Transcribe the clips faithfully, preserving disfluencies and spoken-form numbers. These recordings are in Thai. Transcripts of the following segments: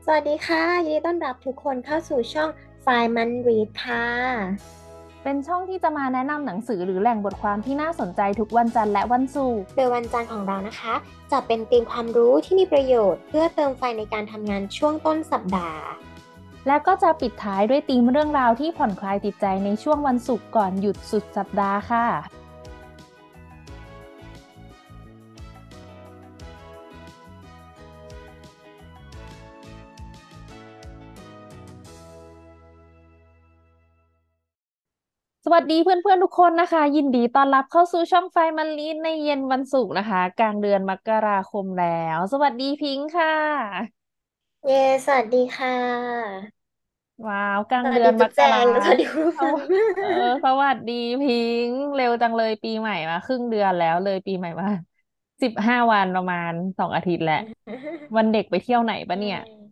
สวัสดีค่ะยินดีต้อนรับทุกคนเข้าสู่ช่อง Five Man Read ค่ะเป็นช่องที่จะมาแนะนำหนังสือหรือแหล่งบทความที่น่าสนใจทุกวันจันทร์และวันศุกร์โดยวันจันทร์ของเรานะคะจะเป็นธีมความรู้ที่มีประโยชน์เพื่อเติมไฟในการทำงานช่วงต้นสัปดาห์และก็จะปิดท้ายด้วยธีมเรื่องราวที่ผ่อนคลายจิตใจในช่วงวันศุกร์ก่อนหยุดสุดสัปดาห์ค่ะสวัสดีเพื่อนๆทุกคนนะคะยินดีต้อนรับเข้าสู่ช่องไฟมันลีดในเย็นวันศุกร์นะคะกลางเดือนมกราคมแล้วสวัสดีพิงค์ค่ะเย้สวัสดีค่ะว้าวกลางเดือนสวัสดีจุ๊บแจมกรางสวัสดีคุณผู้เอาฟังเออสวัสดีพิงค์เร็วจังเลยปีใหม่มาครึ่งเดือนแล้วเลยปีใหม่มาสิบห้าวันประมาณสองอาทิตย์แหละวันเด็กไปเที่ยวไหนปะเย้เนี่ย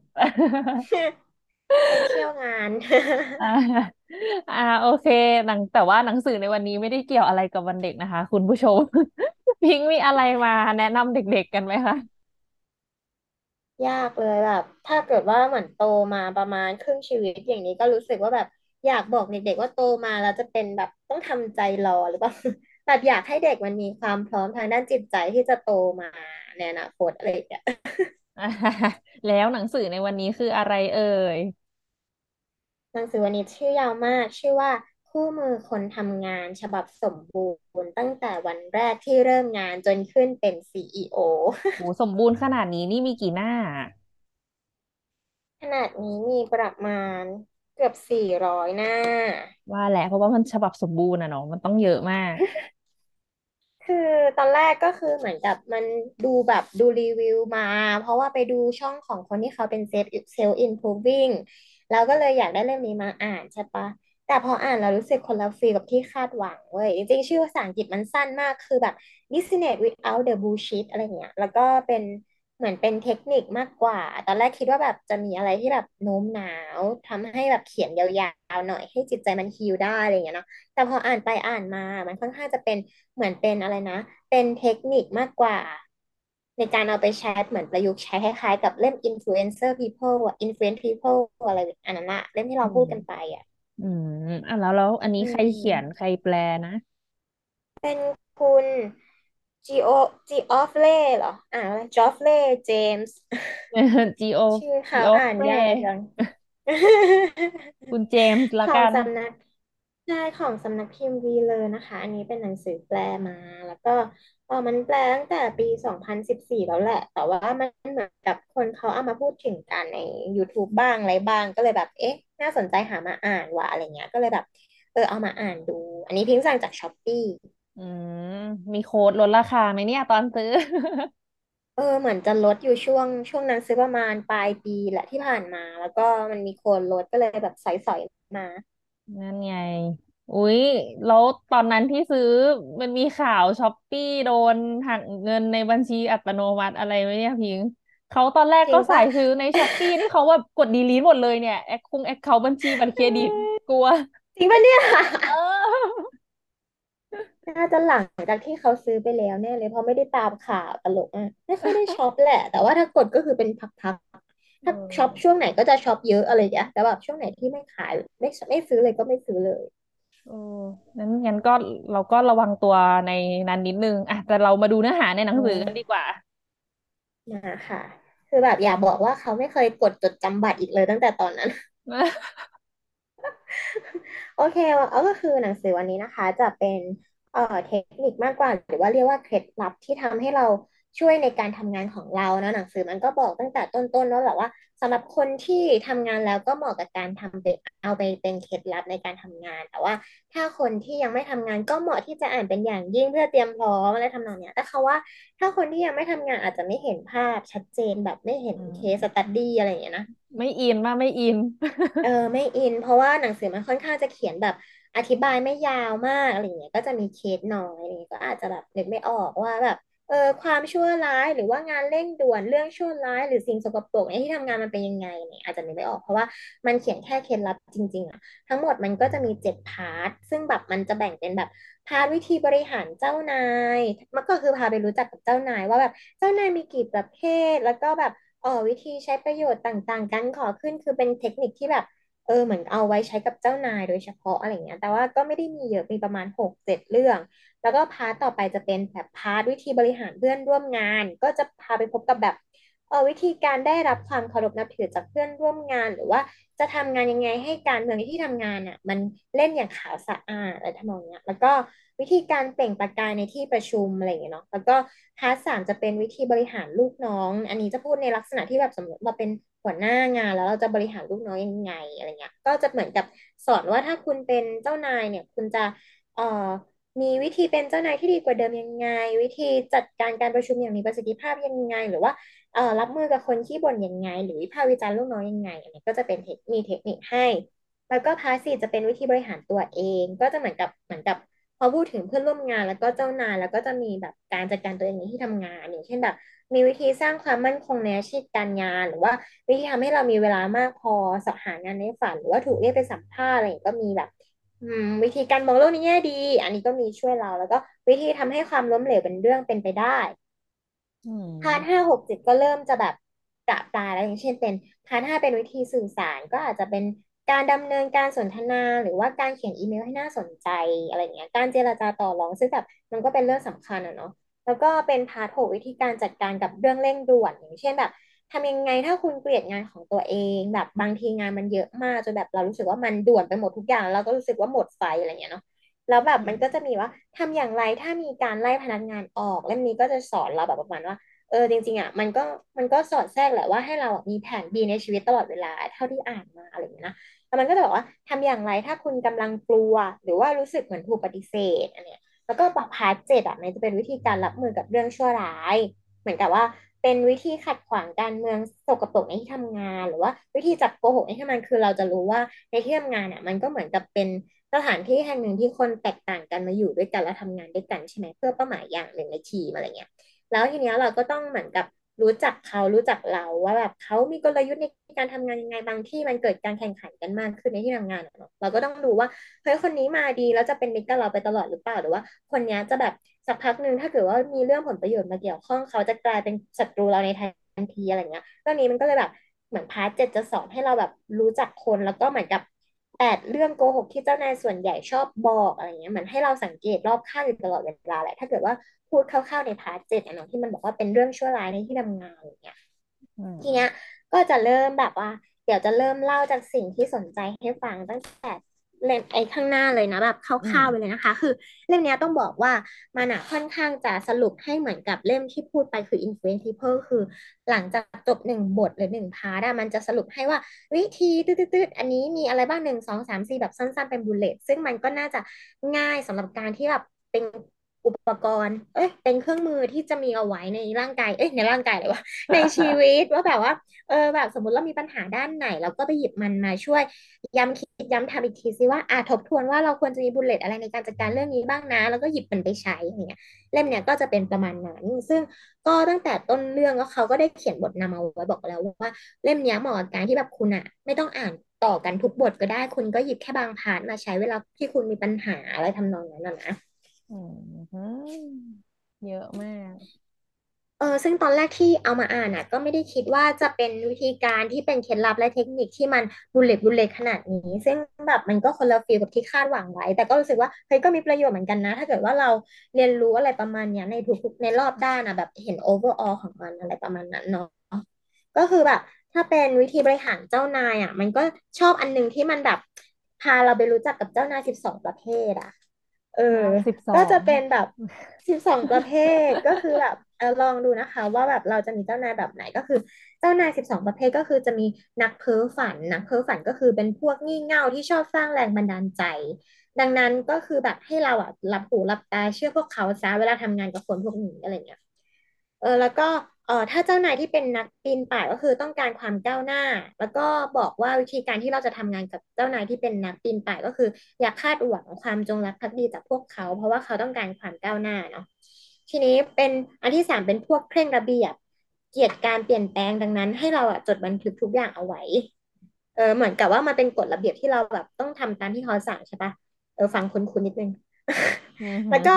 ไปเที่ยวงานอ่าอ่าโอเคหนังแต่ว่าหนังสือในวันนี้ไม่ได้เกี่ยวอะไรกับวันเด็กนะคะคุณผู้ชมพิงค์มีอะไรมาแนะนำเด็กๆกันไหมคะยากเลยแบบถ้าเกิดว่าเหมือนโตมาประมาณครึ่งชีวิตอย่างนี้ก็รู้สึกว่าแบบอยากบอกเด็กๆว่าโตมาแล้วจะเป็นแบบต้องทำใจรอหรือเปล่าแบบอยากให้เด็กมันมีความพร้อมทางด้านจิตใจที่จะโตมาในอนาคตอะไรอย่างเงี้ยอ่าแล้วหนังสือในวันนี้คืออะไรเอ่ยหนังสือวันนี้ชื่อยาวมากชื่อว่าคู่มือคนทำงานฉบับสมบูรณ์ตั้งแต่วันแรกที่เริ่มงานจนขึ้นเป็น ซี อี โอโหสมบูรณ์ขนาดนี้นี่มีกี่หน้าขนาดนี้มีประมาณเกือบสี่ร้อยหน้าว่าแหละเพราะว่ามันฉบับสมบูรณ์อะเนาะมันต้องเยอะมากคือตอนแรกก็คือเหมือนกับมันดูแบบดูรีวิวมาเพราะว่าไปดูช่องของคนที่เขาเป็นเซลล์เซลล์อินพูวิ่งแล้วก็เลยอยากได้เล่มนี้มาอ่านใช่ปะแต่พออ่านแล้วรู้สึกคนละฟีลกับที่คาดหวังเว้ยจริงๆชื่อภาษาอังกฤษมันสั้นมากคือแบบ business without the bullshit อะไรเงี้ยแล้วก็เป็นเหมือนเป็นเทคนิคมากกว่าตอนแรกคิดว่าแบบจะมีอะไรที่แบบโน้มน้าวทำให้แบบเขียนยาวๆหน่อยให้จิตใจมันฮีลได้อะไรเงี้ยเนาะแต่พออ่านไปอ่านมามันค่อนข้างจะเป็น เหมือนเป็นอะไรนะ เป็นเทคนิคมากกว่าในการเอาไปใช้เหมือนประยุกต์ใช้คล้ายๆกับเล่ม influencer people อะ influence people อะไรอันนั้นอะเล่มที่อืเราพูดกันไปมอะอืมอ่ะแล้วแล้วอันนี้อืใครเขียนใคมรแปลนะเป็นคุณ Geo Geoffrey เหรออ่าอะไร Geoffrey James G O ชื่อ G เขา O อ่านเฟรยากจังคุณเจมส์ของละกันสำนักใช่ของสำนักพิมพ์วีเลยนะคะอันนี้เป็นหนังสือแปลมาแล้วก็เออมันแปลตั้งแต่ปีสองพันสิบสี่แล้วแหละแต่ว่ามันเหมือนกับคนเขาเอามาพูดถึงกันใน YouTube บ้างอะไรบ้างก็เลยแบบเอ๊ะน่าสนใจหามาอ่านว่ะอะไรเงี้ยก็เลยแบบเออเอามาอ่านดูอันนี้พิมพ์สั่งจากช้อปปี้อืมมีโค้ดลดราคาไหมเนี่ยตอนซื้อเออเหมือนจะลดอยู่ช่วงช่วงนั้นซื้อประมาณปลายปีแหละที่ผ่านมาแล้วก็มันมีโค้ดลดก็เลยแบบสอยๆมานั่นไงอุ๊ยแล้วตอนนั้นที่ซื้อมันมีข่าวช้อปปี้โดนหักเงินในบัญชีอัตโนมัติอะไรไหมเนี่ยพิงค์เขาตอนแรกก็จริงปะสายซื้อในช้อปปี้นี่เขาแบบกดดีลีทหมดเลยเนี่ยแอคคงแอคเคาท์บัญชีบัตรเครดิตกลัวจริงปะเนี่ยเออน่าจะหลังจากที่เขาซื้อไปแล้วแน่เลยเพราะไม่ได้ตามข่าวตลกอ่ะไม่ค่อยได้ช็อปแหละแต่ว่าถ้ากดก็คือเป็นพักๆเอถ้าช็อปช่วองไหนก็จะช็อปเยอะอะไรอย่างเงี้ยแต่แบบช่วงไหนที่ไม่ขายไม่ไม่ซื้อเลยก็ไม่ซื้อเลยเอองั้นงั้นก็เราก็ระวังตัวในนั้นนิดนึงอ่ะแต่เรามาดูเนื้อหาในหนัเองสือกันดีกอว่ามาค่ะคือแบบอย่าบอกว่าเขาไม่เคยกดจดจำบัตรอีกเลยตั้งแต่ตอนนั้น โอเคเอาก็คือหนังสือวันนี้นะคะจะเป็นเอ่อเทคนิคมากกว่าหรือว่าเรียกว่าเคล็ดลับที่ทำให้เราช่วยในการทำงานของเรานะหนังสือมันก็บอกตั้งแต่ต้นๆแล้วแหละว่าสำหรับคนที่ทำงานแล้วก็เหมาะกับการทำเป็นเอาไปเป็นเคล็ดลับในการทำงานแต่ว่าถ้าคนที่ยังไม่ทำงานก็เหมาะที่จะอ่านเป็นอย่างยิ่งเพื่อเตรียมพร้อมอะไรทำนองเนี้ยแต่เขาว่าถ้าคนที่ยังไม่ทำงานอาจจะไม่เห็นภาพชัดเจนแบบไม่เห็นอืเคสสตัมดดี้อะไรอย่างเงี้ยนะไม่อินมากไม่อินเออไม่อินเพราะว่าหนังสือมันค่อนข้างจะเขียนแบบอธิบายไม่ยาวมากอะไรเงี้ยก็จะมีเคสน้อยอะไรเงี้ยก็อาจจะแบบนึกไม่ออกว่าแบบเออความชั่วร้ายหรือว่างานเร่งด่วนเรื่องชั่วร้ายหรือสิ่งสกปรกในที่ทำงานมันเป็นยังไงเนี่ยอาจจะนึกไม่ออกเพราะว่ามันเขียนแค่เคล็ดลับจริงๆอะทั้งหมดมันก็จะมีเจ็ดพาร์ทซึ่งแบบมันจะแบ่งเป็นแบบพาร์ทวิธีบริหารเจ้านายมันก็คือพาไปรู้จักกับเจ้านายว่าแบบเจ้านายมีกี่ประเภทแล้วก็แบบเออวิธีใช้ประโยชน์ต่างๆการขอขึ้นคือเป็นเทคนิคที่แบบเออเหมือนเอาไว้ใช้กับเจ้านายโดยเฉพาะอะไรเงี้ยแต่ว่าก็ไม่ได้มีเยอะมีประมาณหกเจ็ดเรื่องแล้วก็พาร์ทต่อไปจะเป็นแบบพาร์ทวิธีบริหารเพื่อนร่วมงานก็จะพาไปพบกับแบบเออวิธีการได้รับความเคารพนับถือจากเพื่อนร่วมงานหรือว่าจะทำงานยังไงให้การเมืองในที่ทำงานอ่ะมันเล่นอย่างขาวสะอาดอะไรทำนองเนี้ยแล้วก็วิธีการเปล่งประกายในที่ประชุมอะไรอย่างเงี้ยเนาะแล้วก็ พาร์ทสามจะเป็นวิธีบริหารลูกน้องอันนี้จะพูดในลักษณะที่แบบสมมติเราเป็นหัวหน้างานแล้วเราจะบริหารลูกน้องยังไงอะไรเงี้ยก็จะเหมือนกับสอนว่าถ้าคุณเป็นเจ้านายเนี่ยคุณจะเอ่อมีวิธีเป็นเจ้านายที่ดีกว่าเดิมยังไงวิธีจัดการการประชุมอย่างมีประสิทธิภาพยังไงหรือว่าเอ่อรับมือกับคนขี้บ่นยังไงหรือวิพากษ์วิจารณ์ลูกน้องยังไงอันนี้ก็จะเป็นเทคมีเทคนิคให้แล้วก็พาร์ทสี่จะเป็นวิธีบริหารตัวเองก็จะเหมือนกับเหมือนกับ พอพูดถึงเพื่อนร่วมงานแล้วก็เจ้านายแล้วก็จะมีแบบการจัดการตัวเองในที่ทำงานอย่างเช่นแบบมีวิธีสร้างความมั่นคงในอาชีพการงานหรือว่าวิธีทำให้เรามีเวลามากพอสอบหางานในฝันหรือว่าถูกเรียกไปสัมภาษณ์อะไรอย่างเงี้ยก็มีแบบอืมวิธีการมองโลกในแง่ดีอันนี้ก็มีช่วยเราแล้วก็วิธีทำให้ความล้มเหลวเป็นเรื่องเป็นไปได้อืพาร์ทห้ามหกเจ็ดก็เริ่มจะแบบประปรายแล้วอย่างเช่นเป็นพาร์ทห้าเป็นวิธีสื่อสารก็อาจจะเป็นการดำเนินการสนทนาหรือว่าการเขียนอีเมลให้น่าสนใจอะไรเงี้ยการเจรจาต่อรองซึ่งแบบมันก็เป็นเรื่องสำคัญอะเนาะแล้วก็เป็นพาร์ทหกวิธีการจัดการกับเรื่องเร่งด่วนอย่างเช่นแบบทำยังไงถ้าคุณเกลียดงานของตัวเองแบบบางทีงานมันเยอะมากจนแบบเรารู้สึกว่ามันด่วนไปหมดทุกอย่างแล้วเราก็รู้สึกว่าหมดไฟอะไรเงี้ยเนาะแล้วแบบมันก็จะมีว่าทำอย่างไรถ้ามีการไล่พนักงานออกเล่มนี้ก็จะสอนเราแบบประมาณว่า เออจริงๆอ่ะมันก็มันก็สอดแทรกแหละว่าให้เราอะมีแผน B ในชีวิตตลอดเวลาเท่าที่อ่านมาอะไรอย่างเงี้ยนะแล้วมันก็จะบอกว่าทำอย่างไรถ้าคุณกำลังกลัวหรือว่ารู้สึกเหมือนถูกปฏิเสธอันเนี้ยแล้วก็พาร์ทเจ็ดอ่ะมันจะเป็นวิธีการรับมือกับเรื่องชั่วร้ายเหมือนกับว่าเป็นวิธีขัดขวางการเมืองสกปรกในที่ทำงานหรือว่าวิธีจับโกหกในที่ทำงานคือเราจะรู้ว่าในที่ทำงานอ่ะมันก็เหมือนกับเป็นสถานที่แห่งหนึ่งที่คนแตกต่างกันมาอยู่ด้วยกันและทำงานด้วยกันใช่ไหมเพื่อเป้าหมายอย่างหนึ่งในทีมอะไรเงี้ย แล้วทีเนี้ยเราก็ต้องเหมือนกับรู้จักเขารู้จักเราว่าแบบเขามีกลยุทธ์ในการทำงานยังไงบางที่มันเกิดการแข่งขันกันมากขึ้นในที่ทำงานอะเนาะเราก็ต้องดูว่าเฮ้ยคนนี้มาดีแล้วจะเป็นมิตรกับเราไปตลอดหรือเปล่าหรือว่าคนเนี้ยจะแบบสักพักหนึ่งถ้าเกิดว่ามีเรื่องผลประโยชน์มาเกี่ยวข้องเขาจะกลายเป็นศัตรูเราในทันทีอะไรเงี้ยเรื่องนี้มันก็เลยแบบเหมือนพาร์ทเจ็ดจะสอนให้เราแบบรู้จักคนแล้วก็เหมือนกับแปดเรื่องโกหกที่เจ้านายส่วนใหญ่ชอบบอกอะไรเงี้ยเหมือนให้เราสังเกตรอบข้างอยู่ตลอดเวลาแหละถ้าเกิดว่า พูดคร่าวๆในพาร์ทเจ็ดอะเนาะที่มันบอกว่าเป็นเรื่องชั่วร้ายในที่ทำงานอย่างเงี้ยอืทีเนี้ยมก็จะเริ่มแบบว่าเดี๋ยวจะเริ่มเล่าจากสิ่งที่สนใจให้ฟังตั้งแต่เล่มไอ้ข้างหน้าเลยนะแบบคอืมร่าวๆไปเลยนะคะคือเล่มเนี้ยต้องบอกว่ามันอะค่อนข้างจะสรุปให้เหมือนกับเล่มที่พูดไปคือ Influence People คือหลังจากจบหนึ่งบทหรือหนึ่งพาร์ทอะมันจะสรุปให้ว่าวิธีตืดๆๆอันนี้มีอะไรบ้างหนึ่งสองสามสี่แบบสั้นๆเป็นบุลเลตซึ่งมันก็น่าจะง่ายสำหรับการที่แบบเป็น อุปกรณ์เอ้ยเป็นเครื่องมือที่จะมีเอาไว้ในร่างกายเอ้ยในร่างกายเลยวะในชีวิตว่าแบบว่าเออแบบสมมติเรามีปัญหาด้านไหนเราก็ไปหยิบมันมาช่วยย้ำคิดย้ำทำอีกทีซิว่าอ่ะทบทวนว่าเราควรจะมีบุลเลตอะไรในการจัดการเรื่องนี้บ้างนะแล้วก็หยิบมันไปใช้อย่างเงี้ยเล่มเนี้ยก็จะเป็นประมาณนั้นซึ่งก็ตั้งแต่ต้นเรื่องก็เขาก็ได้เขียนบทนำเอาไว้บอกแล้วว่าเล่มเนี้ยเหมาะกับการที่แบบคุณอ่ะไม่ต้องอ่านต่อกันทุกบทก็ได้คุณก็หยิบแค่บางพาร์ทมาใช้เวลาที่คุณมีปัญหาอะไรทำนองนั้นนะนะอืมเยอะมากเออซึ่งตอนแรกที่เอามาอ่านอ่ะก็ไม่ได้คิดว่าจะเป็นวิธีการที่เป็นเคล็ดลับและเทคนิคที่มันบุลเลตบุลเลตขนาดนี้ซึ่งแบบมันก็คนละฟีลกับที่คาดหวังไว้แต่ก็รู้สึกว่าเฮ้ยก็มีประโยชน์เหมือนกันนะถ้าเกิดว่าเราเรียนรู้อะไรประมาณเนี้ยในทุกๆในรอบด้านอ่ะแบบเห็นโอเวอร์ออลของมันอะไรประมาณนั้นเนาะก็คือแบบถ้าเป็นวิธีบริหารเจ้านายอ่ะมันก็ชอบอันหนึงที่มันแบบพาเราไปรู้จักกับเจ้านายสิบสองประเภทอ่ะ เออฮะสิบสอก็จะงเป็นแบบสิบสองประเภทก็คือแบบเออลองดูนะคะว่าแบบเราจะมีเจ้านายแบบไหนก็คือเจ้านายสิบสองประเภทก็คือจะมีนักเพ้อฝันนักเพ้อฝันก็คือเป็นพวกงี่เง่าที่ชอบสร้างแรงบันดาลใจดังนั้นก็คือแบบให้เราอ่ะหลับหูหลับตาเชื่อพวกเขาซะเวลาทำงานกับคนพวกนี้อะไรเงี้ย เออแล้วก็เออถ้าเจ้านายที่เป็นนักปีนป่ายก็คือต้องการความก้าวหน้าแล้วก็บอกว่าวิธีการที่เราจะทำงานกับเจ้านายที่เป็นนักปีนป่ายก็คืออย่าคาดหวังความจงรักภักดีจากพวกเขาเพราะว่าเขาต้องการความก้าวหน้าเนาะทีนี้เป็นอันที่สามเป็นพวกเคร่งระเบียบเกลียดการเปลี่ยนแปลงดังนั้นให้เราอะจดบันทึกทุกอย่างเอาไว้เออเหมือนกับว่ามันเป็นกฎระเบียบที่เราแบบต้องทำตามที่เขาสั่งใช่ปะเออฟังคุ้นๆนิดนึงอืมแล้วก็ฮึอืม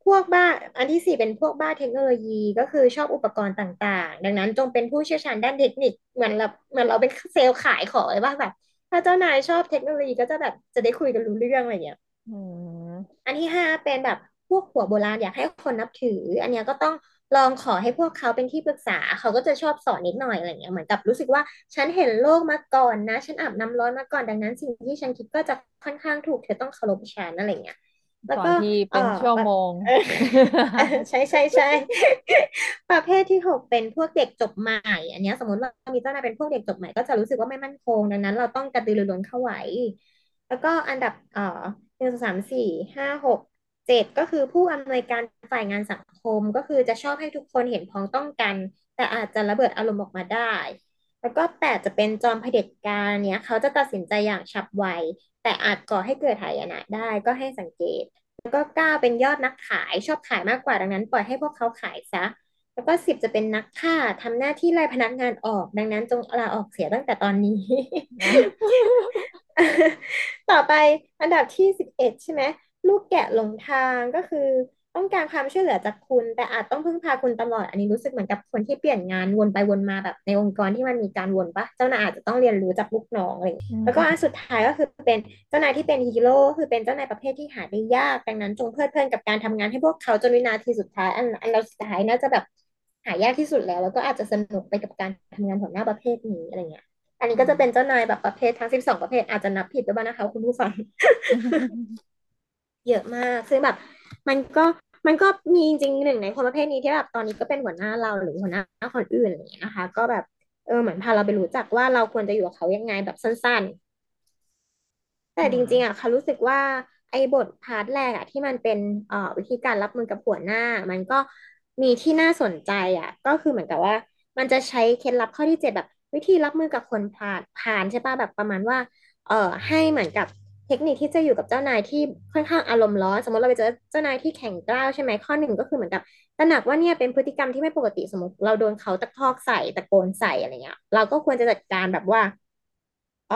วกบ้าอันที่สี่เป็นพวกบ้าเทคโนโลยีก็คือชอบอุปกรณ์ต่างๆดังนั้นจงเป็นผู้เชี่ยวชาญด้านเทคนิคเหมือนเราเหมือนเราเป็นเซลล์ขายของเลยว่าแบบถ้าเจ้านายชอบเทคโนโลยีก็จะแบบจะได้คุยกันรู้เรื่องอะไรอย่างเงี้ยอืมอันที่ห้าเป็นแบบพวกหัวโบราณอยากให้คนนับถืออันเนี้ยก็ต้องลองขอให้พวกเขาเป็นที่ปรึกษาเขาก็จะชอบสอนนิดหน่อยอะไรเงี้ยเหมือนกับรู้สึกว่าฉันเห็นโลกมาก่อนนะฉันอาบน้ำร้อนมาก่อนดังนั้นสิ่งที่ฉันคิดก็จะค่อนข้างถูกเธอต้องเคารพฉันอะไรเงี้ยแล้วก็สอนทีเออเป็นชั่วแบบโมงเออเออใช่ใช่ใช่ประเภทที่หกเป็นพวกเด็กจบใหม่อันเนี้ยสมมติว่ามีเจ้านายเป็นพวกเด็กจบใหม่ก็จะรู้สึกว่าไม่มั่นคงดังนั้นเราต้องกระตือรือร้นเข้าไว้แล้วก็อันดับเอ่อ หนึ่งสองสามสี่ห้าหกเจ็ดก็คือผู้อำนวยการฝ่ายงานสังคมก็คือจะชอบให้ทุกคนเห็นพ้องต้องกันแต่อาจจะระเบิดอารมณ์ออกมาได้แล้วก็แปดจะเป็นจอมเผด็จการเนี้ยเขาจะตัดสินใจอย่างฉับไวแต่อาจก่อให้เกิดหายนะได้ก็ให้สังเกตแล้วก็เก้าเป็นยอดนักขายชอบขายมากกว่าดังนั้นปล่อยให้พวกเขาขายซะแล้วก็สิบจะเป็นนักฆ่าทำหน้าที่ไล่พนักงานออกดังนั้นจงลาออกเสียตั้งแต่ตอนนี้ ต่อไปอันดับที่สิบเอ็ดใช่ไหมลูกแกะหลงทางก็คือต้องการความช่วยเหลือจากคุณแต่อาจต้องพึ่งพาคุณตลอดอันนี้รู้สึกเหมือนกับคนที่เปลี่ยนงานวนไปวนมาแบบในองค์กรที่มันมีการวนปะเจ้านายอาจจะต้องเรียนรู้จากลูกน้องอะไรอย่างเงี้ยอืแล้วก็อันมสุดท้ายก็คือเป็นเจ้านายที่เป็นฮีโร่คือเป็นเจ้านายประเภทที่หาได้ยากดังนั้นจงเพลิดเพลินกับการทำงานให้พวกเขาจนวินาทีสุดท้ายอันอันเราสุดท้ายน่าจะแบบหายากที่สุดแล้วแล้วก็อาจจะสนุกไปกับการทำงานหัวหน้าประเภทนี้อะไรเงี้ย อันนี้ก็จะเป็นเจ้านายแบบประเภททั้งสิบสองประเภทอาจจะนับผิดไปบ้างนะคะคุณผู้ฟังอืมเยอะมากซึ่งแบบมันก็มันก็มีจริงๆหนึ่งในคนประเภทนี้ที่แบบตอนนี้ก็เป็นหัวหน้าเราหรือหัวหน้าคนอื่นอะไรอย่างเงี้ยนะคะก็แบบเออเหมือนพาเราไปรู้จักว่าเราควรจะอยู่กับเขายังไงแบบสั้นๆ แต่อืจริงๆอ่ะมเขารู้สึกว่าไอ้บทพาร์ทแรกอ่ะที่มันเป็นเอ่อวิธีการรับมือกับหัวหน้ามันก็มีที่น่าสนใจอ่ะก็คือเหมือนกับว่ามันจะใช้เคล็ดลับข้อที่เจ็ดแบบวิธีรับมือกับคนผ่านผ่านใช่ป่ะแบบประมาณว่าเอ่อให้เหมือนกับเทคนิคที่จะอยู่กับเจ้านายที่ค่อนข้างอารมณ์ร้อนสมมติเราไปเจอเจ้านายที่แข็งกร้าวใช่ไหมข้อหนึ่งก็คือเหมือนกับตระหนักว่าเนี่ยเป็นพฤติกรรมที่ไม่ปกติสมมติเราโดนเขาตะคอกใส่ตะโกนใส่อะไรเงี้ยเราก็ควรจะจัดการแบบว่าอ๋อ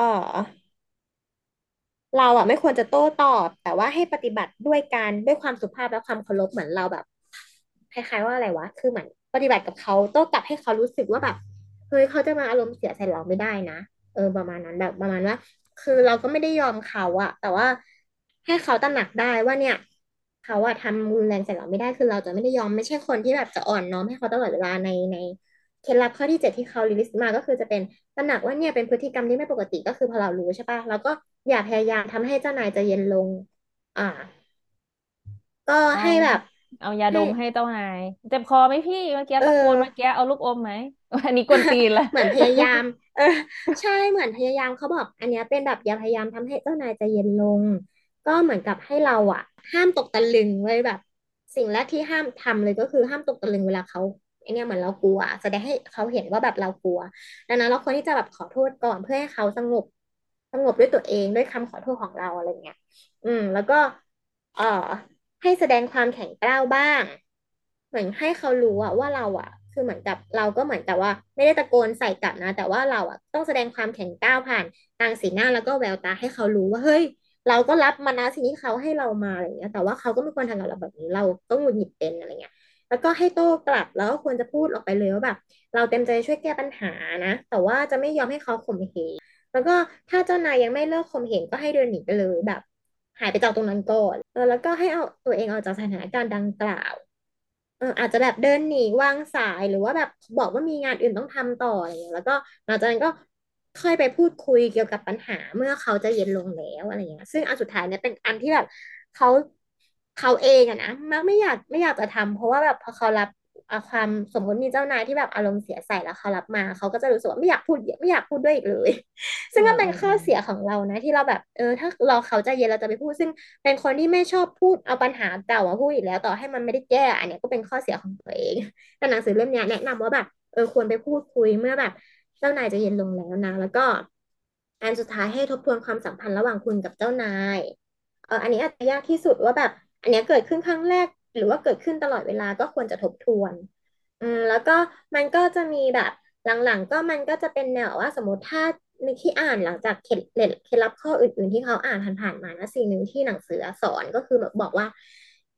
เราอ่ะไม่ควรจะโต้ตอบแต่ว่าให้ปฏิบัติด้วยการด้วยความสุภาพและความเคารพเหมือนเราแบบคล้ายๆว่าอะไรวะคือเหมือนปฏิบัติกับเขาโต้กลับให้เขารู้สึกว่าแบบเฮ้ยเขาจะมาอารมณ์เสียใส่เราไม่ได้นะเออประมาณนั้นแบบประมาณว่าคือเราก็ไม่ได้ยอมเขาอะแต่ว่าให้เขาตระหนักได้ว่าเนี่ยเขาอะทำรุนแรงใส่เราไม่ได้คือเราจะไม่ได้ยอมไม่ใช่คนที่แบบจะอ่อนน้อมให้เขาตลอดเวลาในในเคล็ดลับข้อที่เจ็ดที่เขาลิสต์มาก็คือจะเป็น ตระหนักว่าเนี่ยเป็นพฤติกรรมที่ไม่ปกติก็คือพอเรารู้ใช่ปะเราก็อย่าพยายามทำให้เจ้านายใจเย็นลงอ่าก็เอาให้แบบเอายาดให้มให้เจ้านายเจ็บคอไหมพี่เมื่อกี้เอตะโกนเมื่ออกี้เอาลูกอมไหมอันนี้กวนตีนละเหมือนพยายามเออใช่เหมือนพยายามเขาบอกอันเนี้ยเป็นแบบอย่าพยายามทำให้เจ้านายใจเย็นลงก็เหมือนกับให้เราอะห้ามตกตะลึงไว้แบบสิ่งแรกที่ห้ามทำเลยก็คือห้ามตกตะลึงเวลาเขาไอเนี้ยเหมือนเรากลัวแสดงให้เขาเห็นว่าแบบเรากลัวดังนั้นเราควรที่จะแบบขอโทษก่อนเพื่อให้เขาสงบสงบด้วยตัวเองด้วยคำขอโทษของเราอะไรเงี้ยอืมแล้วก็เอ่อให้แสดงความแข็งกร้าวบ้างเหมือนให้เขารู้อะว่าเราอะคือเหมือนกับเราก็เหมือนกับว่าไม่ได้ตะโกนใส่กลับนะแต่ว่าเราอะต้องแสดงความแข็งกร้าวผ่านทางสีหน้าแล้วก็แววตาให้เขารู้ว่าเฮ้ยเราก็รับมานะสิ่งที่เขาให้เรามาอะไรเงี้ยแต่ว่าเขาก็ไม่ควรทำกับเราแบบนี้เราก็หงุดหงิดเป็นอะไรเงี้ยแล้วก็ให้โต้กลับแล้วก็ควรจะพูดออกไปเลยว่าแบบเราเต็มใจช่วยแก้ปัญหานะแต่ว่าจะไม่ยอมให้เขาข่มเหงแล้วก็ถ้าเจ้านายยังไม่เลิกข่มเหงก็ให้เดินหนีไปเลยแบบหายไปจากตรงนั้นก่อนเออแล้วก็ให้เอาตัวเองออกจากสถานการณ์ดังกล่าว เอออาจจะแบบเดินหนีวางสายหรือว่าแบบบอกว่ามีงานอื่นต้องทำต่ออะไรอย่างเงี้ยแล้วก็หลังจากนั้นก็ค่อยไปพูดคุยเกี่ยวกับปัญหาเมื่อเขาจะเย็นลงแล้วอะไรอย่างเงี้ยซึ่งอันสุดท้ายเนี่ยเป็นอันที่แบบเขาเขาเองอะนะมักไม่อยากไม่อยากจะทำเพราะว่าแบบพอเขารับอ่ะความสมมติมีเจ้านายที่แบบอารมณ์เสียใส่แล้วเขารับมาเขาก็จะรู้สึกว่าไม่อยากพูดไม่อยากพูดด้วยอีกเลยอืซึ่งก็มอืมอืมเป็นข้อเสียของเรานะที่เราแบบเออถ้าเราเขาใจเย็นเราจะไปพูดซึ่งเป็นคนที่ไม่ชอบพูดเอาปัญหาเก่ามาพูดอีกแล้วต่อให้มันไม่ได้แก้อันเนี้ยก็เป็นข้อเสียของตัวเองแต่หนังสือเล่มเนี้ยแนะนำว่าแบบเออควรไปพูดคุยเมื่อแบบเจ้านายจะเย็นลงแล้วนะแล้วก็อันสุดท้ายให้ทบทวนความสัมพันธ์ระหว่างคุณกับเจ้านายเอออันนี้อาจจะยากที่สุดว่าแบบอันเนี้ยเกิดขึ้นครั้งแรกหรือว่าเกิดขึ้นตลอดเวลาก็ควรจะทบทวน อืมแล้วก็มันก็จะมีแบบหลังๆก็มันก็จะเป็นแนวว่าสมมติถ้าในที่อ่านหลังจากเคล็ดเคล็ดลับข้ออื่นๆที่เขาอ่านผ่านๆมานะสิ่งหนึ่งที่หนังสือสอนก็คือแบบบอกว่า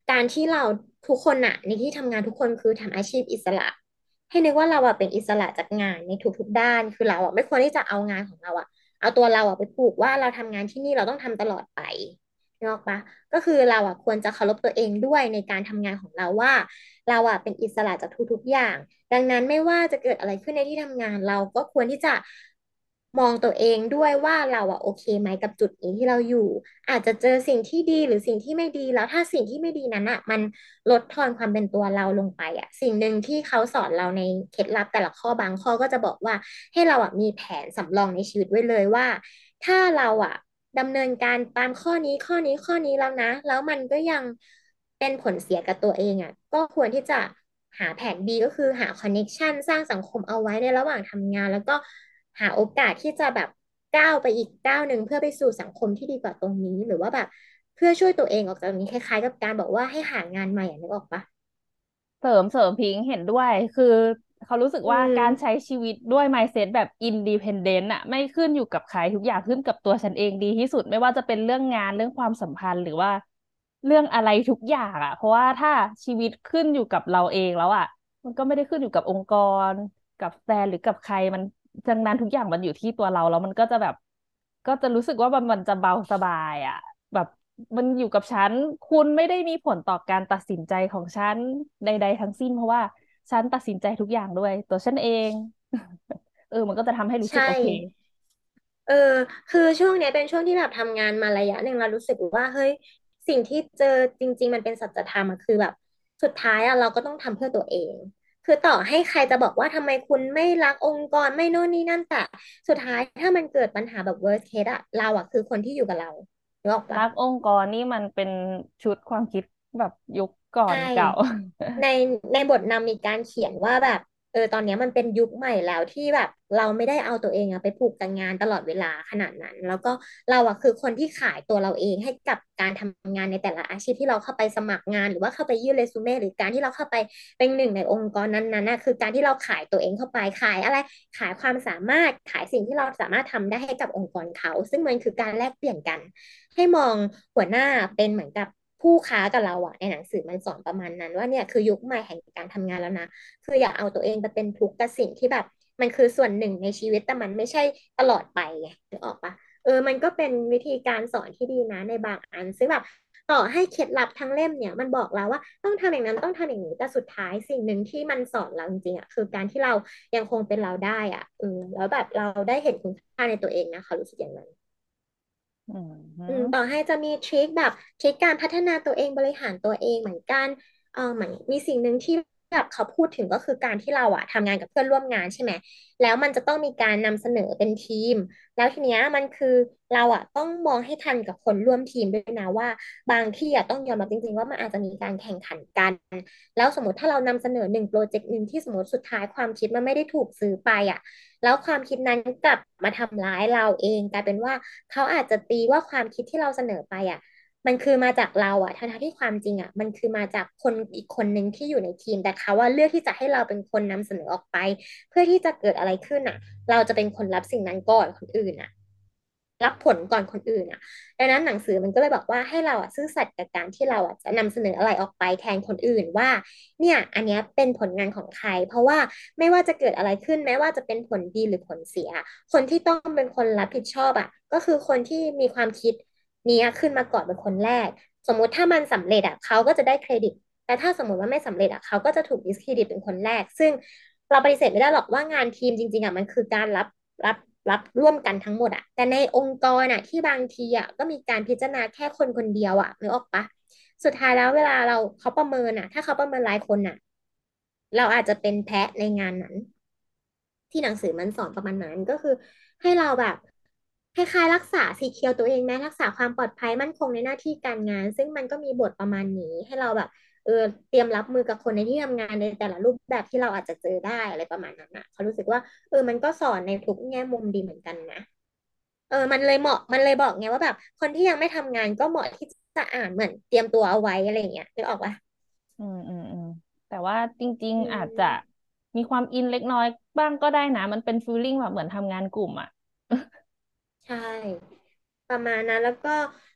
การที่เราทุกคนอะในที่ทำงานทุกคนคือทำอาชีพอิสระให้นึกว่าเราอะเป็นอิสระจากงานในทุกๆด้านคือเราอะไม่ควรที่จะเอางานของเราอะเอาตัวเราอะไปผูกว่าเราทำงานที่นี่เราต้องทำตลอดไปนึกออกปะก็คือเราอะควรจะเคารพตัวเองด้วยในการทำงานของเราว่าเราอะเป็นอิสระจากทุกๆอย่าง ดังนั้นไม่ว่าจะเกิดอะไรขึ้นในที่ทำงานเราก็ควรที่จะมองตัวเองด้วยว่าเราอะโอเคไหมกับจุดนี้ที่เราอยู่อาจจะเจอสิ่งที่ดีหรือสิ่งที่ไม่ดีแล้วถ้าสิ่งที่ไม่ดีนั้นอะมันลดทอนความเป็นตัวเราลงไปอะสิ่งหนึ่งที่เขาสอนเราในเคล็ดลับแต่ละข้อบางข้อก็จะบอกว่าให้เราอะมีแผนสำรองในชีวิตไว้เลยว่าถ้าเราอะดำเนินการตามข้อนี้ข้อนี้ข้อนี้แล้วนะแล้วมันก็ยังเป็นผลเสียกับตัวเองอ่ะก็ควรที่จะหาแผน B ก็คือหาคอนเน็กชันสร้างสังคมเอาไว้ในระหว่างทำงานแล้วก็หาโอกาสที่จะแบบก้าวไปอีกก้าวหนึ่งเพื่อไปสู่สังคมที่ดีกว่าตรงนี้หรือว่าแบบเพื่อช่วยตัวเองออกจากตรงนี้คล้ายๆกับการบอกว่าให้หางานใหม่อ่ะนึกออกปะเสริมเสริมพิงค์เห็นด้วยคือเขารู้สึกอืว่าการใช้มชีวิตด้วย mindset แบบ independent อะไม่ขึ้นอยู่กับใครทุกอย่างขึ้นกับตัวฉันเองดีที่สุดไม่ว่าจะเป็นเรื่องงานเรื่องความสัมพันธ์หรือว่าเรื่องอะไรทุกอย่างอะเพราะว่าถ้าชีวิตขึ้นอยู่กับเราเองแล้วอะมันก็ไม่ได้ขึ้นอยู่กับองค์กรกับแฟนหรือกับใครมันดังนั้นทุกอย่างมันอยู่ที่ตัวเราแล้วมันก็จะแบบก็จะรู้สึกว่ามันมันจะเบาสบายอะ แบบมันอยู่กับฉันคุณไม่ได้มีผลต่อการตัดสินใจของฉันใดๆทั้งสิ้นเพราะว่าฉันตัดสินใจทุกอย่างด้วยตัวฉันเองเออมันก็จะทำให้รู้สึใช่กโอเคเออคือช่วงเนี้ยเป็นช่วงที่แบบทำงานมาระยะหนึ่งเรารู้สึกว่าเฮ้ยสิ่งที่เจอจริงๆมันเป็นสัจธรรมอะคือแบบสุดท้ายอะเราก็ต้องทำเพื่อตัวเองคือต่อให้ใครจะบอกว่าทำไมคุณไม่รักองค์กรไม่โน่นนี่นั่นแต่สุดท้ายถ้ามันเกิดปัญหาแบบ worst case อะเราอะคือคนที่อยู่กับเรานึกออกปะรักองค์กรนี่มันเป็นชุดความคิดแบบยุคก่อใช่นเก่าในในบทนำมีการเขียนว่าแบบเออตอนเนี้ยมันเป็นยุคใหม่แล้วที่แบบเราไม่ได้เอาตัวเองอะไปผูกกับงานตลอดเวลาขนาดนั้นแล้วก็เราอะคือคนที่ขายตัวเราเองให้กับการทำงานในแต่ละอาชีพที่เราเข้าไปสมัครงานหรือว่าเข้าไปยื่นเรซูเม่หรือการที่เราเข้าไปเป็นหนึ่งในองค์กรนั้นๆนะคือการที่เราขายตัวเองเข้าไปขายอะไรขายความสามารถขายสิ่งที่เราสามารถทำได้ให้กับองค์กรเขาซึ่งมันคือการแลกเปลี่ยนกัน ให้มองหัวหน้าเป็นเหมือนกับผู้ค้ากับเราอะในหนังสือมันสอนประมาณนั้นว่าเนี่ยคือยุคใหม่แห่งการทำงานแล้วนะคืออย่าเอาตัวเองไปเป็นทุกข์กับสิ่งที่แบบมันคือส่วนหนึ่งในชีวิตแต่มันไม่ใช่ตลอดไปไงนึกออกปะเออมันก็เป็นวิธีการสอนที่ดีนะในบางอันซึ่งแบบต่อให้เคล็ดลับทั้งเล่มเนี่ยมันบอกเราว่าต้องทำอย่างนั้นต้องทำอย่างนี้แต่สุดท้ายสิ่งหนึ่งที่มันสอนเราจริงๆอะคือการที่เรายังคงเป็นเราได้อ่ะเออแล้วแบบเราได้เห็นคุณค่าในตัวเองนะคะรู้สึกอย่างนั้นอืมฮึอืมต่อให้จะมีทริคแบบทริคการพัฒนาตัวเองบริหารตัวเองเหมือนกันเออเหมือนมีสิ่งหนึ่งที่แบบเขาพูดถึงก็คือการที่เราอะทำงานกับเพื่อนร่วมงานใช่ไหมแล้วมันจะต้องมีการนำเสนอเป็นทีมแล้วทีเนี้ยมันคือเราอะต้องมองให้ทันกับคนร่วมทีมด้วยนะว่าบางที่อะต้องยอมรับจริงๆว่ามันอาจจะมีการแข่งขันกันแล้วสมมติถ้าเรานำเสนอหนึ่งโปรเจกต์หนึ่งที่สมมติสุดท้ายความคิดมันไม่ได้ถูกซื้อไปอะ แล้วความคิดนั้นกลับมาทำร้ายเราเองกลายเป็นว่าเขาอาจจะตีว่าความคิดที่เราเสนอไปอ่ะมันคือมาจากเราอ่ะทั้งๆที่ความจริงอ่ะมันคือมาจากคนอีกคนหนึ่งที่อยู่ในทีมแต่เขาว่าเลือกที่จะให้เราเป็นคนนำเสนอออกไปเพื่อที่จะเกิดอะไรขึ้นอ่ะเราจะเป็นคนรับสิ่งนั้นก่อนคนอื่นอ่ะรับผลก่อนคนอื่นอ่ะดังนั้นหนังสือมันก็เลยบอกว่าให้เราอ่ะซื่อสัตย์กับการที่เราอ่ะจะนำเสนออะไรออกไปแทนคนอื่นว่าเนี่ยอันเนี้ยเป็นผลงานของใครเพราะว่า ไม่ว่าจะเกิดอะไรขึ้นแม้ว่าจะเป็นผลดีหรือผลเสียคนที่ต้องเป็นคนรับผิดชอบอ่ะก็คือคนที่มีความคิดนี้ขึ้นมาก่อนเป็นคนแรกสมมุติถ้ามันสำเร็จอ่ะเขาก็จะได้เครดิตแต่ถ้าสมมติว่าไม่สำเร็จอ่ะเขาก็จะถูกดิสเครดิตเป็นคนแรกซึ่งเราปฏิเสธไม่ได้หรอกว่างานทีมจริงๆอ่ะมันคือการรับรับรับร่วมกันทั้งหมดอ่ะแต่ในองค์กรอ่ะที่บางทีอ่ะก็มีการพิจารณาแค่คนคนเดียวอ่ะนึกออกปะ สุดท้ายแล้วเวลาเราเขาประเมินอ่ะถ้าเขาประเมินรายคนอ่ะเราอาจจะเป็นแพ้ในงานนั้นที่หนังสือมันสอนประมาณนั้นก็คือให้เราแบบคล้ายๆรักษาสีเคียวตัวเองไหมรักษาความปลอดภัยมั่นคงในหน้าที่การงานซึ่งมันก็มีบทประมาณนี้ให้เราแบบเออเตรียมรับมือกับคนในที่ทำงานในแต่ละรูปแบบที่เราอาจจะเจอได้อะไรประมาณนั้นนะเขารู้สึกว่าเออมันก็สอนในทุกแง่มุมดีเหมือนกันนะเออมันเลยเหมาะมันเลยบอกไงว่าแบบคนที่ยังไม่ทำงานก็เหมาะที่จะอ่านเหมือนเตรียมตัวเอาไว้อะไรอย่างเงี้ยนึกออกปะอืมอืมอืมแต่ว่าจริงอืๆอาจจะมมีความอินเล็กน้อยบ้างก็ได้นะมันเป็นฟีลลิ่งแบบเหมือนทำงานกลุ่มอ่ะใช่ประมาณนั้นแล้วก็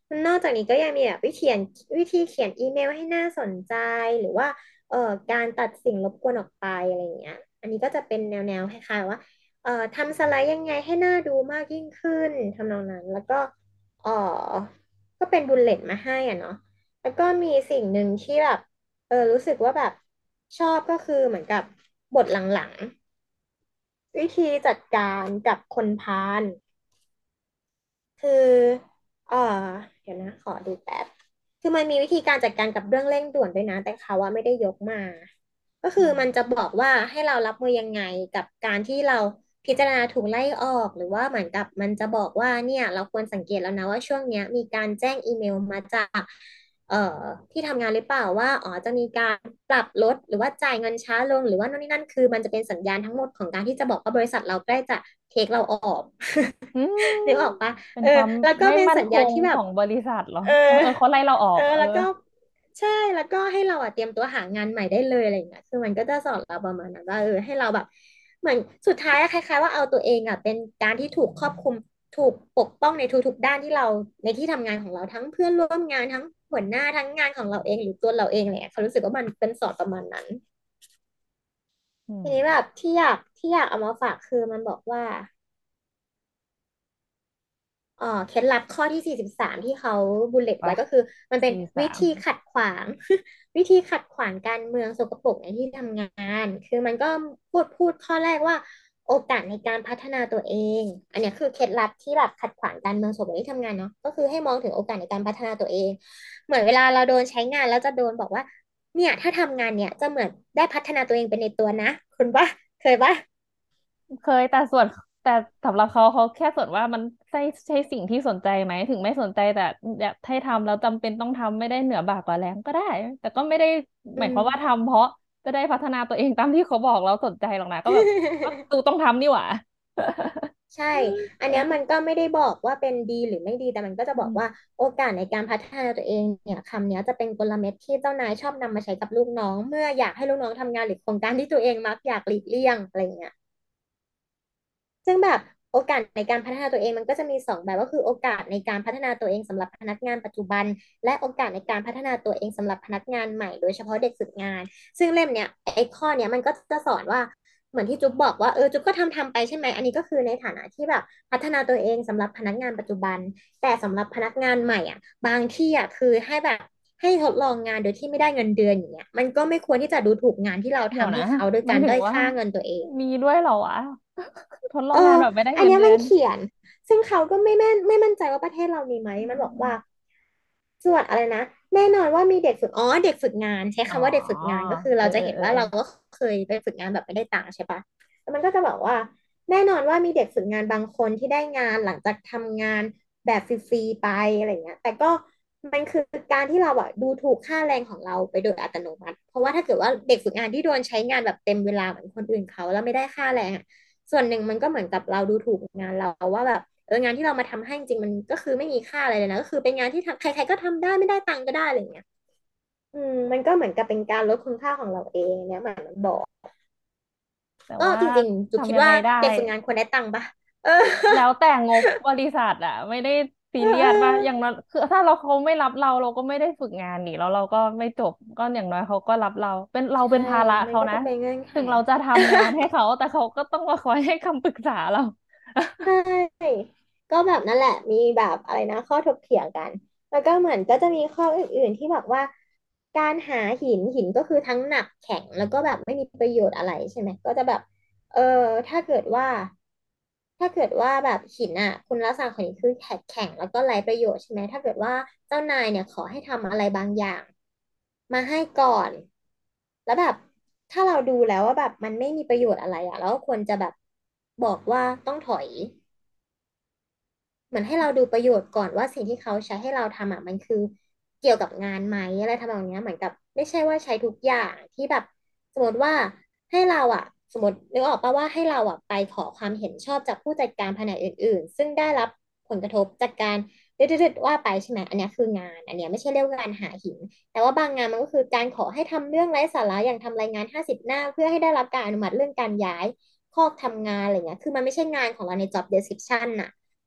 นอกจากนี้ก็ยังมีแบบวิธีเขียนวิธีเขียนอีเมลให้น่าสนใจหรือว่าเอ่อการตัดสิ่งรบกวนออกไปอะไรอย่างเงี้ยอันนี้ก็จะเป็นแนวแนวคล้ายๆว่าเอ่อทำสไลด์ยังไงให้น่าดูมากยิ่งขึ้นทำนองนั้นแล้วก็เอ่อก็เป็นบุลเลตมาให้อ่ะเนาะแล้วก็มีสิ่งหนึ่งที่แบบเออรู้สึกว่าแบบชอบก็คือเหมือนกับบทหลังๆวิธีจัดการกับคนพาล คือเออเดี๋ยวนะขอดูแป๊บคือมันมีวิธีการจัดการกับเรื่องเร่งด่วนด้วยนะแต่เขาว่าไม่ได้ยกมาก็คือมันจะบอกว่าให้เรารับมือยังไงกับการที่เราพิจารณาถูกไล่ออกหรือว่าเหมือนกับมันจะบอกว่าเนี่ยเราควรสังเกตแล้วนะว่าช่วงเนี้ยมีการแจ้งอีเมลมาจากเอ่อที่ทำงานหรือเปล่าว่าอ๋อจะมีการปรับลดหรือว่าจ่ายเงินช้าลงหรือว่าโน่นนี่นั่นคือมันจะเป็นสัญญาณทั้งหมดของการที่จะบอกว่าบริษัทเราใกล้จะเทคเราออกอืมนึกออกปะเออเป็นความแล้วก็ไม่เป็นสัญมั่นคงญาณที่แบบของบริษัทเหรอเออเออเออเขาไล่เราออกเออเออแล้วก็ใช่แล้วก็ให้เราอะเตรียมตัวหางานใหม่ได้เลยอะไรอย่างเงี้ยคือมันก็จะสอนเราประมาณนั้นว่าเออให้เราแบบเหมือนสุดท้ายอะคล้ายๆว่าเอาตัวเองอะเป็นการที่ถูกครอบคลุมถูกปกป้องในทุกๆด้านที่เราในที่ทำงานของเราทั้งเพื่อนร่วมงานทั้งหัวหน้าทั้งงานของเราเองหรือตัวเราเองเนี่ยเขารู้สึกว่ามันเป็นสอนประมาณนั้นอืมทีนี้แบบที่อยากที่อยากเอามาฝากคือมันบอกว่า เอ่อเคล็ดลับข้อที่สี่สิบสามที่เขาบูลเลตไปไว้ก็คือมันเป็นสี่สามวิธีขัดขวางวิธีขัดขวางการเมืองสกปรกในที่ทำงานคือมันก็พูดพูดข้อแรกว่าโอกาสในการพัฒนาตัวเองอันเนี้ยคือเคล็ดลับที่แบบขัดขวางการเมืองสกปรกในที่ทำงานเนาะก็คือให้มองถึงโอกาสในการพัฒนาตัวเองเหมือนเวลาเราโดนใช้งานแล้วจะโดนบอกว่าเนี่ยถ้าทำงานเนี่ยจะเหมือนได้พัฒนาตัวเองเป็นในตัวนะคุณปะเคยปะเคยแต่ส่วนแต่สำหรับเขาเขาแค่สนว่ามันใช่ใช่สิ่งที่สนใจไหมถึงไม่สนใจแต่อยากให้ทำแล้วจำเป็นต้องทำไม่ได้เหนือบ่ากว่าแรงก็ได้แต่ก็ไม่ได้หอืมายความว่ามทำเพราะจะได้พัฒนาตัวเองตามที่เขาบอกเราสนใจหรอกนะก็แบบก็ตู ต้องทำนี่หว่าใช่ อันเนี้ยมันก็ไม่ได้บอกว่าเป็นดีหรือไม่ดี แต่มันก็จะบอกว่าอืมโอกาสในการพัฒนาตัวเองเนี่ยคำเนี้ยจะเป็นกลเม็ดที่เจ้านายชอบนำมาใช้กับลูกน้องเมื่ออยากให้ลูกน้องทำงานหรือโครงการที่ตัวเองมักอยากหลีกเลี่ยงอะไรเงี้ย ซึ่งแบบโอกาสในการพัฒนาตัวเองมันก็จะมีสองแบบก็คือโอกาสในการพัฒนาตัวเองสำหรับพนักงานปัจจุบันและโอกาสในการพัฒนาตัวเองสำหรับพนักงานใหม่โดยเฉพาะเด็กฝึกงานซึ่งเล่มเนี้ยไอ้ข้อเนี้ยมันก็จะสอนว่าเหมือนที่จุ๊บบอกว่าเออจุ๊บก็ทำทำไปใช่ไหมอันนี้ก็คือในฐานะที่แบบพัฒนาตัวเองสำหรับพนักงานปัจจุบันแต่สำหรับพนักงานใหม่อ่ะบางที่อ่ะคือให้แบบให้ทดลองงานโดยที่ไม่ได้เงินเดือนอย่างเงี้ยมันก็ไม่ควรที่จะดูถูกงานที่เราเดี๋ยวนะทำให้เขาโดยหมายถึงว่าการด้อยค่าเงินตัวเองมีด้วยเหรอวะทดลอเอองงานแบบไม่ได้อันเนี้ยเงินเดือนมันเขียน ซึ่งเขาก็ไม่แม่นไม่มั่นใจว่าประเทศเรามีไหมอืมันบอกว่ามส่วนอะไรนะ แน่นอนว่ามีเด็กฝึกอ๋อเด็กฝึกงานใช้อ๋อคำว่าเด็กฝึกงานก็คือเออเราจะเห็นเออเออเออว่าเราก็เคยไปฝึกงานแบบไม่ได้ตังค์ใช่ปะแล้วมันก็จะบอกว่าแน่นอนว่ามีเด็กฝึกงานบางคนที่ได้งานหลังจากทำงานแบบฟรีๆไปอะไรเงี้ยแต่ก็มันคือการที่เราอะดูถูกค่าแรงของเราไปโดยอัตโนมัติเพราะว่าถ้าเกิดว่าเด็กฝึกงานที่โดนใช้งานแบบเต็มเวลาเหมือนคนอื่นเขาแล้วไม่ได้ค่าแรงอะ ส่วนหนึ่งมันก็เหมือนกับเราดูถูกงานเราว่าแบบเอองานที่เรามาทำให้จริงๆมันก็คือไม่มีค่าอะไรเลยนะก็คือเป็นงานที่ทำใครๆก็ทำได้ไม่ได้ตังค์ก็ได้อะไรอย่างเงี้ยอืมมันก็เหมือนกับเป็นการลดคุณค่าของเราเองเนี่ยเหมือนมันบอกก็แต่ว่าจริงๆจุกคิดว่าทำยังไงได้เด็กฝึกงานควรได้ตังค์ปะเออแล้วแต่งบบริษัทอะไม่ได้ซีเอเรียสป่ะอย่างอน้อยคือถ้าเราเขาไม่รับเราเราก็ไม่ได้ฝึกงานนี่แล้วเราก็ไม่จบก็อย่างน้อยเขาก็รับเราเป็นเราใช่เป็นภาระเขานะมันก็จะเป็นเงื่อนไขถึงเราจะทำงานให้เขาแต่เขาก็ต้องมาคอยให้คำปรึกษาเราใช่ก็แบบนั่นแหละมีแบบอะไรนะข้อถกเถียงกันแล้วก็เหมือนก็จะมีข้ออื่นๆที่บอกว่าการหาหินหินก็คือทั้งหนักแข็งแล้วก็แบบไม่มีประโยชน์อะไรใช่ไหมก็จะแบบเออถ้าเกิดว่าถ้าเกิดว่าแบบหินอ่ะคุณลักษณะของหินคือแข็งแข็งแล้วก็ไร้ประโยชน์ใช่ไหมถ้าเกิดว่าเจ้านายเนี่ยขอให้ทำอะไรบางอย่างมาให้ก่อนแล้วแบบถ้าเราดูแล้วว่าแบบมันไม่มีประโยชน์อะไรอ่ะเราก็ควรจะแบบบอกว่าต้องถอย เหมือนให้เราดูประโยชน์ก่อนว่าสิ่งที่เขาใช้ให้เราทำอ่ะมันคือเกี่ยวกับงานไหมอะไรทำนองเนี้ยเหมือนกับไม่ใช่ว่าใช้ทุกอย่างที่แบบสมมติว่าให้เราอ่ะสมมตินึกออกป่ะว่าให้เราอ่ะไปขอความเห็นชอบจากผู้จัดการแผนกอื่นๆซึ่งได้รับผลกระทบจากการดืดๆว่าไปใช่ไหมอันเนี้ยคืองานอันเนี้ยไม่ใช่เรียกว่าการหาหินแต่ว่าบางงานมันก็คือการขอให้ทำเรื่องไร้สาระอย่างทำรายงานห้าสิบหน้าเพื่อให้ได้รับการอนุมัติเรื่องการย้ายคอกทำงานอะไรเงี้ยคือมันไม่ใช่งานของเราใน job description น่ะ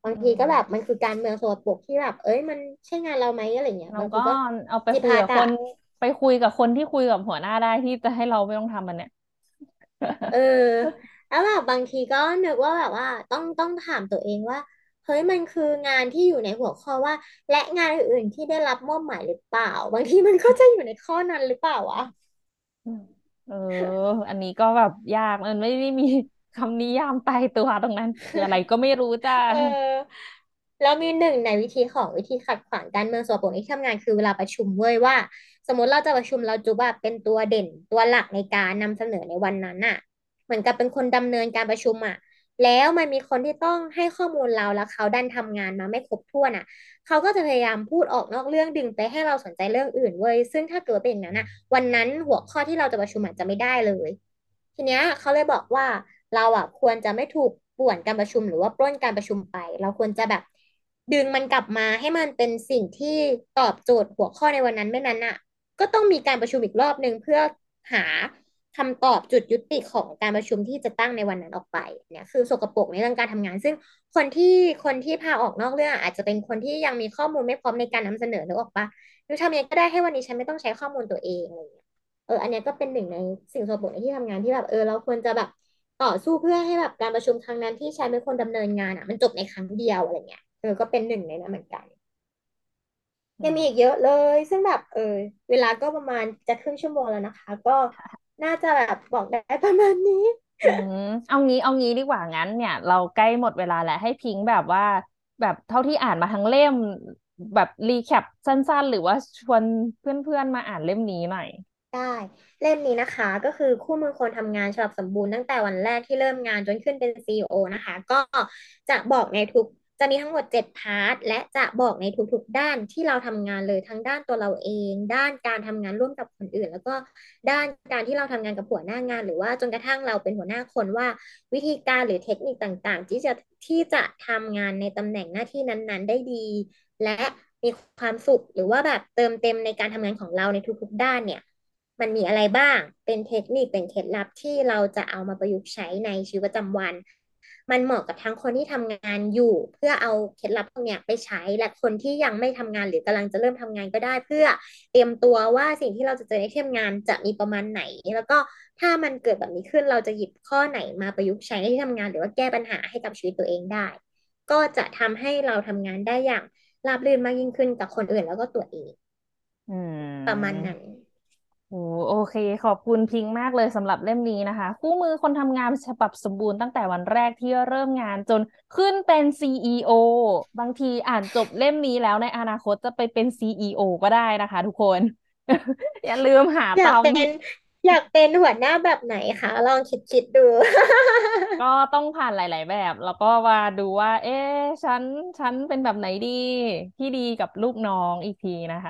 บางอืทีก็แบบมันมคือการเมืองสกปรกที่แบบเอ้ยมันใช่งานเราไหมอะไรเงี้ยเราก็บางทีก็เอาไปจิพาตะคุยกับคนไปคุยกับคนที่คุยกับหัวหน้าได้ที่จะให้เราไม่ต้องทำมันเนี่ยเออแล้วแบบบางทีก็นึกว่าแบบว่าต้องต้องถามตัวเองว่าเฮ้ยมันคืองานที่อยู่ในหัวข้อว่าและงานอื่นๆที่ได้รับมอบหมายหรือเปล่าบางทีมันก็จะอยู่ในข้อนั้นหรือเปล่าวะอืมเอออันนี้ก็แบบยากมันไม่ได้มีคำนิยามตายตัวตรงนั้นคืออะไรก็ไม่รู้จ้าเออแล้วมีหนึ่งในวิธีของวิธีขัดขวางการเมืองสกปรกในที่ทำงานคือเวลาประชุมเว้ยว่าสมมติเราจะประชุมเราจุบแบบเป็นตัวเด่นตัวหลักในการนำเสนอในวันนั้นน่ะเหมือนกับเป็นคนดำเนินการประชุมอ่ะแล้วมันมีคนที่ต้องให้ข้อมูลเราแล้วเขาดันทำงานมาไม่ครบถ้วนอ่ะเขาก็จะพยายามพูดออกนอกเรื่องดึงไปให้เราสนใจเรื่องอื่นเว้ยซึ่งถ้าเกิดว่าเป็นอย่างนั้นอ่ะวันนั้นหัวข้อที่เราจะประชุมอาจจะไม่ได้เลยทีเนี้ยเขาเลยบอกว่า เราอ่ะควรจะไม่ถูกป่วนการประชุมหรือว่าปล้นการประชุมไปเราควรจะแบบดึงมันกลับมาให้มันเป็นสิ่งที่ตอบโจทย์หัวข้อในวันนั้นไม่นั้นอ่ะก็ต้องมีการประชุมอีกรอบหนึ่งเพื่อหาคำตอบจุดยุติของการประชุมที่จะตั้งในวันนั้นออกไปเนี่ยคือสกปรกในเรื่องการทำงานซึ่งคนที่คนที่พาออกนอกเรื่องอาจจะเป็นคนที่ยังมีข้อมูลไม่พร้อมในการนำเสนอนึกออกปะหรือทำยังไงก็ได้ให้วันนี้ฉันไม่ต้องใช้ข้อมูลตัวเองอะไรอย่างเงี้ย เอออันเนี้ยก็เป็นหนึ่งในสิ่งสกปรกในที่ทำงานที่แบบเออเราควรจะแบบต่อสู้เพื่อให้แบบการประชุมครั้งนั้นที่ใช้เป็นคนดำเนินงานอ่ะมันจบในครั้งเดียวอะไรเงี้ยเออก็เป็นหนึ่งในนั้นเหมือนกันอืมยังมีอีกเยอะเลยซึ่งแบบเออเวลาก็ประมาณจะครึ่งชั่วโมงแล้วนะคะก็น่าจะแบบบอกได้ประมาณนี้อืมเอางี้เอางี้ดีกว่างั้นเนี่ยเราใกล้หมดเวลาแล้วให้พิงค์แบบว่าแบบเท่าที่อ่านมาทั้งเล่มแบบรีแคปสั้นๆหรือว่าชวนเพื่อนๆมาอ่านเล่มนี้หน่อยได้เล่มนี้นะคะก็คือคู่มือคนทำงานฉบับสมบูรณ์ตั้งแต่วันแรกที่เริ่มงานจนขึ้นเป็น ซี อี โอ นะคะก็จะบอกในทุกจะมีทั้งหมดเจ็ดพาร์ทและจะบอกในทุกๆด้านที่เราทำงานเลยทั้งด้านตัวเราเองด้านการทำงานร่วมกับคนอื่นแล้วก็ด้านการที่เราทำงานกับหัวหน้างานหรือว่าจนกระทั่งเราเป็นหัวหน้าคนว่าวิธีการหรือเทคนิคต่างๆที่จะที่จะทำงานในตำแหน่งหน้าที่นั้นๆได้ดีและมีความสุขหรือว่าแบบเติมเต็มในการทำงานของเราในทุกๆด้านเนี่ย มันมีอะไรบ้าง เป็นเทคนิคเป็นเคล็ดลับที่เราจะเอามาประยุกต์ใช้ในชีวิตประจำวัน มันเหมาะกับทั้งคนที่ทำงานอยู่เพื่อเอาเคล็ดลับพวกเนี้ยไปใช้และคนที่ยังไม่ทำงานหรือกำลังจะเริ่มทำงานก็ได้เพื่อเตรียมตัวว่าสิ่งที่เราจะเจอในที่ทำงานจะมีประมาณไหนแล้วก็ถ้ามันเกิดแบบนี้ขึ้นเราจะหยิบข้อไหนมาประยุกต์ใช้ในที่ทำงานหรือว่าแก้ปัญหาให้กับชีวิตตัวเองได้ก็จะทำให้เราทำงานได้อย่างราบรื่นมากยิ่งขึ้นกับคนอื่นแล้วก็ตัวเองอืประมาณมนั้นโอ้โอเคขอบคุณพิงค์มากเลยสำหรับเล่มนี้นะคะคู่มือคนทำงานฉบับสมบูรณ์ตั้งแต่วันแรกที่เริ่มงานจนขึ้นเป็น ซี อี โอ บางทีอ่านจบเล่มนี้แล้วในอนาคตจะไปเป็น ซี อี โอ ก็ได้นะคะทุกคนอย่าลืมหาตามอยากเป็นอยากเป็นหัวหน้าแบบไหนคะลองคิดคิดดูก็ต้องผ่านหลายๆแบบแล้วก็มาดูว่าเอ๊ะฉันฉันเป็นแบบไหนดีที่ดีกับลูกน้องอีกทีนะคะ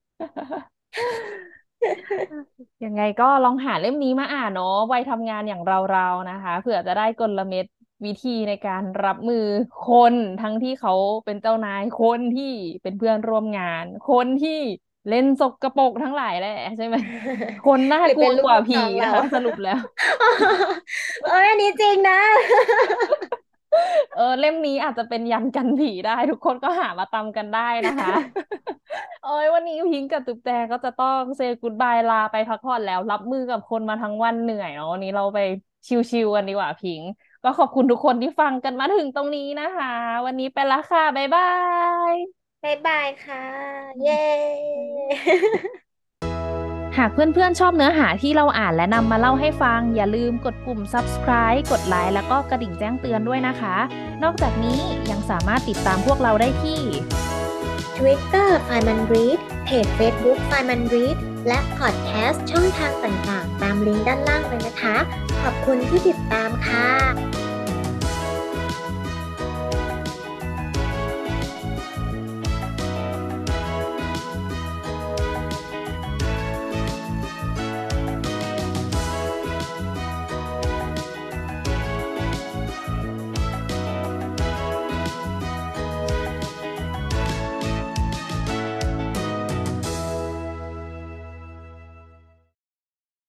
ยังไงก็ลองหาเล่มนี้มาอ่านเนาะวัยทำงานอย่างเราๆนะคะเผื่อจะได้กลเม็ดวิธีในการรับมือคนทั้งที่เขาเป็นเจ้านายคนที่เป็นเพื่อนร่วมงานคนที่เล่นสกปรกทั้งหลายแหละใช่ไหมคนน่าหรือกลัเป็นลูกวกว่าผีน้องเรานะคะสรุปแล้วเอ้ยอันนี้จริงนะเออเล่มนี้อาจจะเป็นยันกันผีได้ทุกคนก็หามาตามกันได้นะคะเอ้ยวันนี้พิงค์กับตุ๊กแจก็จะต้องเซ y กู d บายลาไปพักผ่อนแล้วรับมือกับคนมาทั้งวันเหนื่อยเนาะวันนี้เราไปชิลๆกันดีกว่าพิงค์ก็ขอบคุณทุกคนที่ฟังกันมาถึงตรงนี้นะคะวันนี้ไปละค่ะบ๊ายบายบ๊ายบายค่ะ เย้หากเพื่อนๆชอบเนื้อหาที่เราอ่านและนำมาเล่าให้ฟังอย่าลืมกดปุ่ม ซับสไครบ์ กดไลค์แล้วก็กระดิ่งแจ้งเตือนด้วยนะคะนอกจากนี้ยังสามารถติดตามพวกเราได้ที่ Twitter ไฟมันรีดเพจ Facebook ไฟมันรีดและพอดแคสต์ช่องทางต่างๆ ตามลิงก์ด้านล่างเลยนะคะ ขอบคุณที่ติดตามค่ะ